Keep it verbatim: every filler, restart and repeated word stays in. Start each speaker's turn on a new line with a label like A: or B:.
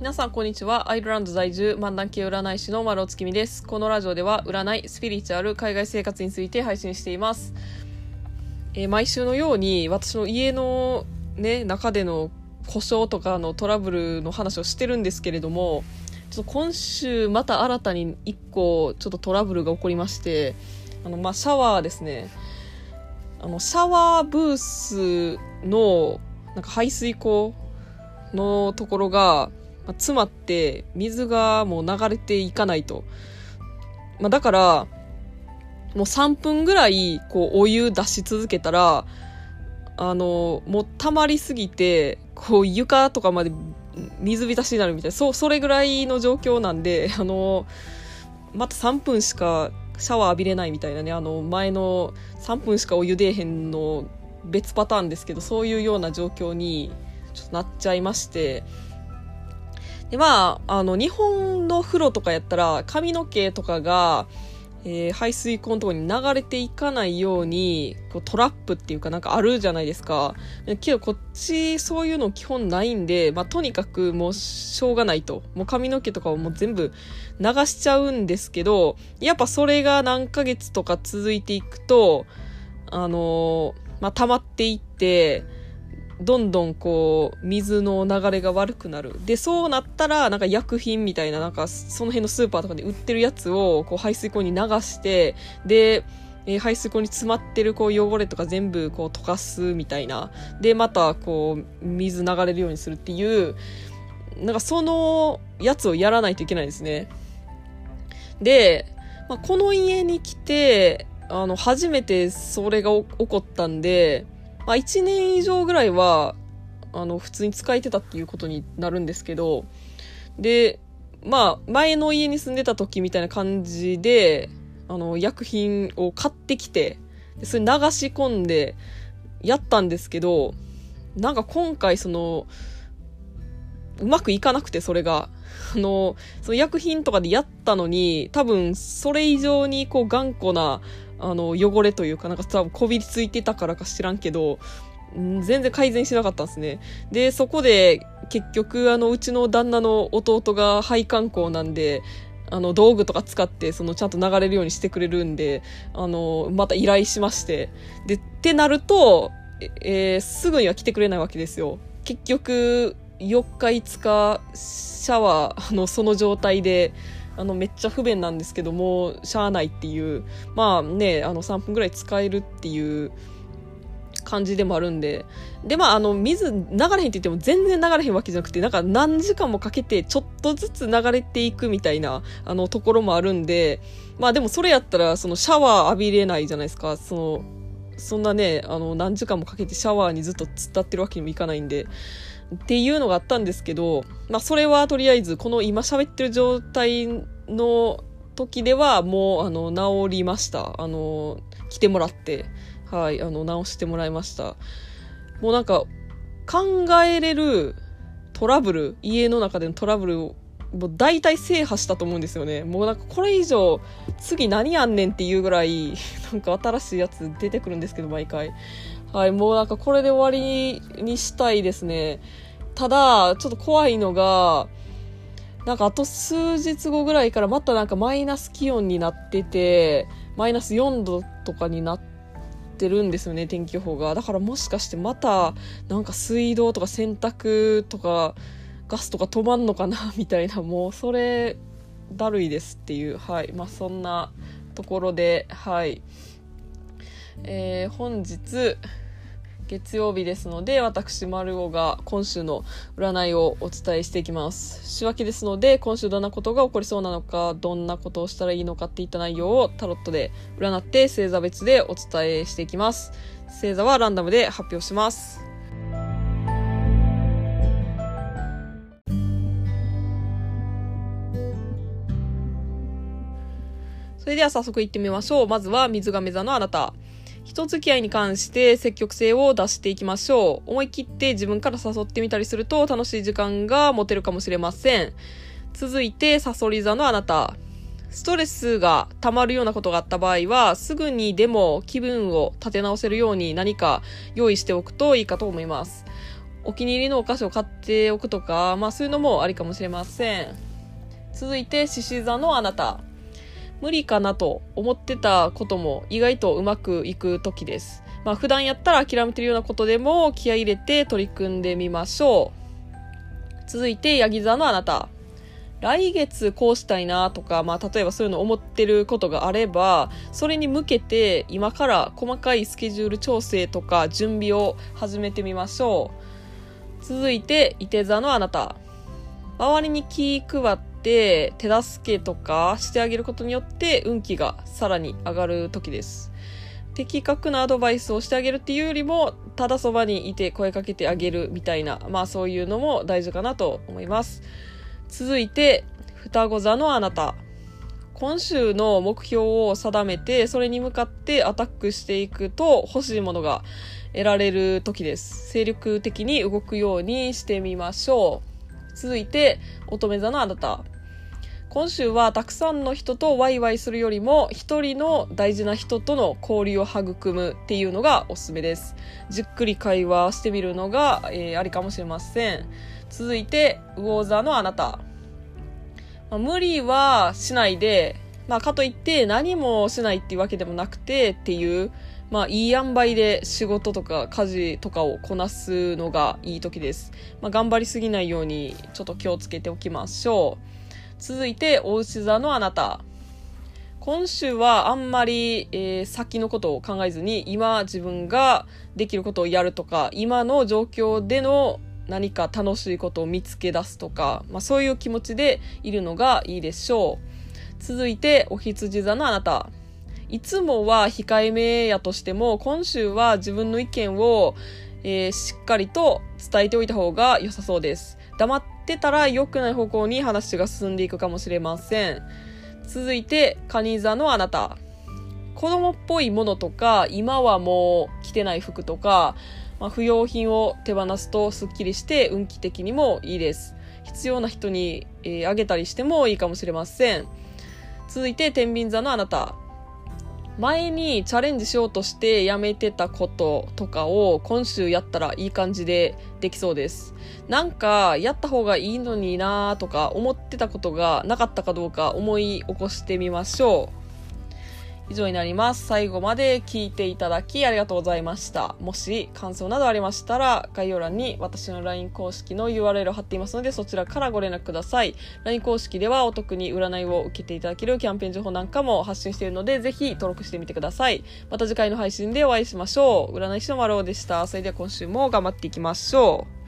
A: 皆さんこんにちは。アイルランド在住漫談系占い師の丸尾月見です。このラジオでは占い、スピリチュアル、海外生活について配信しています。えー、毎週のように私の家のね中での故障とかのトラブルの話をしてるんですけれども、ちょっと今週また新たにいっこちょっとトラブルが起こりまして、あのまあシャワーですね。あのシャワーブースのなんか排水溝のところが詰まって水がもう流れていかないと、まあ、だからもうさんぷんぐらいこうお湯出し続けたらあのもう溜まりすぎてこう床とかまで水浸しになるみたいな、そ, それぐらいの状況なんで、あのまたさんぷんしかシャワー浴びれないみたいなね、あの前のさんぷんしかお湯出えへんの別パターンですけど、そういうような状況にちょっとなっちゃいまして、でまあ、あの日本の風呂とかやったら髪の毛とかが、えー、排水溝のところに流れていかないようにこうトラップっていうかなんかあるじゃないですか。けどこっちそういうの基本ないんで、まあ、とにかくもうしょうがないと、もう髪の毛とかをもう全部流しちゃうんですけど、やっぱそれが何ヶ月とか続いていくとあのー、まあ、溜まっていってどんどんこう水の流れが悪くなる。でそうなったらなんか薬品みたいな、なんかその辺のスーパーとかで売ってるやつをこう排水溝に流して、で、えー、排水溝に詰まってるこう汚れとか全部こう溶かすみたいな、でまたこう水流れるようにするっていう、なんかそのやつをやらないといけないですね。で、まあ、この家に来てあの初めてそれが起こったんで、まあ、いちねん以上ぐらいはあの普通に使えてたっていうことになるんですけど、でまあ前の家に住んでた時みたいな感じであの薬品を買ってきて、でそれ流し込んでやったんですけど、なんか今回そのうまくいかなくて、それがあのその薬品とかでやったのに多分それ以上にこう頑固なあの汚れというか、なんか多分こびりついてたからか知らんけど、ん全然改善しなかったんですね。でそこで結局あのうちの旦那の弟が配管工なんで、あの道具とか使ってそのちゃんと流れるようにしてくれるんで、あのまた依頼しまして、でってなると、えー、すぐには来てくれないわけですよ。結局よっかいつかシャワーのその状態であのめっちゃ不便なんですけどもしゃあないっていう、まあね、あのさんぷんぐらい使えるっていう感じでもあるんで、でまああの水流れへんって言っても全然流れへんわけじゃなくて、なんか何時間もかけてちょっとずつ流れていくみたいなあのところもあるんで、まあでもそれやったらそのシャワー浴びれないじゃないですか。そのそんなね、あの何時間もかけてシャワーにずっと突っ立ってるわけにもいかないんでっていうのがあったんですけど、まあそれはとりあえずこの今喋ってる状態の時ではもうあの治りました。あの来てもらって、はい、あの直してもらいました。もうなんか考えれるトラブル、家の中でのトラブルをもう大体制覇したと思うんですよね。もうなんかこれ以上次何やんねんっていうぐらいなんか新しいやつ出てくるんですけど毎回。はい、もうなんかこれで終わりにしたいですね。ただちょっと怖いのが、なんかあと数日後ぐらいからまたなんかマイナス気温になってて、マイナスよんどとかになってるんですよね、天気予報が。だからもしかしてまたなんか水道とか洗濯とかガスとか止まんのかなみたいな、もうそれだるいですっていう、はい、まあそんなところで、はい、えー、本日月曜日ですので、私丸尾が今週の占いをお伝えしていきます。週明けですので、今週どんなことが起こりそうなのか、どんなことをしたらいいのかっていった内容をタロットで占って星座別でお伝えしていきます。星座はランダムで発表します。それでは早速いってみましょう。まずは水亀座のあなた。人付き合いに関して積極性を出していきましょう。思い切って自分から誘ってみたりすると楽しい時間が持てるかもしれません。続いてさそり座のあなた。ストレスが溜まるようなことがあった場合は、すぐにでも気分を立て直せるように何か用意しておくといいかと思います。 お気に入りのお菓子を買っておくとか、まあそういうのもありかもしれません。続いて獅子座のあなた。無理かなと思ってたことも意外とうまくいく時です。まあ普段やったら諦めてるようなことでも気合い入れて取り組んでみましょう。続いてヤギ座のあなた。来月こうしたいなとか、まあ例えばそういうの思ってることがあれば、それに向けて今から細かいスケジュール調整とか準備を始めてみましょう。続いていて座のあなた。周りに気配って手助けとかしてあげることによって運気がさらに上がる時です。的確なアドバイスをしてあげるっていうよりも、ただそばにいて声かけてあげるみたいな、まあそういうのも大事かなと思います。続いて双子座のあなた。今週の目標を定めて、それに向かってアタックしていくと欲しいものが得られる時です。精力的に動くようにしてみましょう。続いて乙女座のあなた。今週はたくさんの人とワイワイするよりも一人の大事な人との交流を育むっていうのがおすすめです。じっくり会話してみるのが、えー、ありかもしれません。続いて魚座のあなた。まあ、無理はしないで、まあ、かといって何もしないっていうわけでもなくてっていう、まあ、いい塩梅で仕事とか家事とかをこなすのがいい時です。まあ、頑張りすぎないようにちょっと気をつけておきましょう。続いて牡牛座のあなた。今週はあんまり、えー、先のことを考えずに、今自分ができることをやるとか、今の状況での何か楽しいことを見つけ出すとか、まあ、そういう気持ちでいるのがいいでしょう。続いてお羊座のあなた。いつもは控えめやとしても、今週は自分の意見を、えー、しっかりと伝えておいた方が良さそうです。黙ってたら良くない方向に話が進んでいくかもしれません。続いて蟹座のあなた。子供っぽいものとか、今はもう着てない服とか、まあ、不要品を手放すとスッキリして運気的にもいいです。必要な人に、えー、あげたりしてもいいかもしれません。続いて天秤座のあなた。前にチャレンジしようとしてやめてたこととかを今週やったらいい感じでできそうです。なんかやった方がいいのになとか思ってたことがなかったかどうか思い起こしてみましょう。以上になります。最後まで聞いていただきありがとうございました。もし感想などありましたら概要欄に私の ライン 公式の ユーアールエル を貼っていますので、そちらからご連絡ください。 ライン 公式ではお得に占いを受けていただけるキャンペーン情報なんかも発信しているので、ぜひ登録してみてください。また次回の配信でお会いしましょう。占い師のまろうでした。それでは今週も頑張っていきましょう。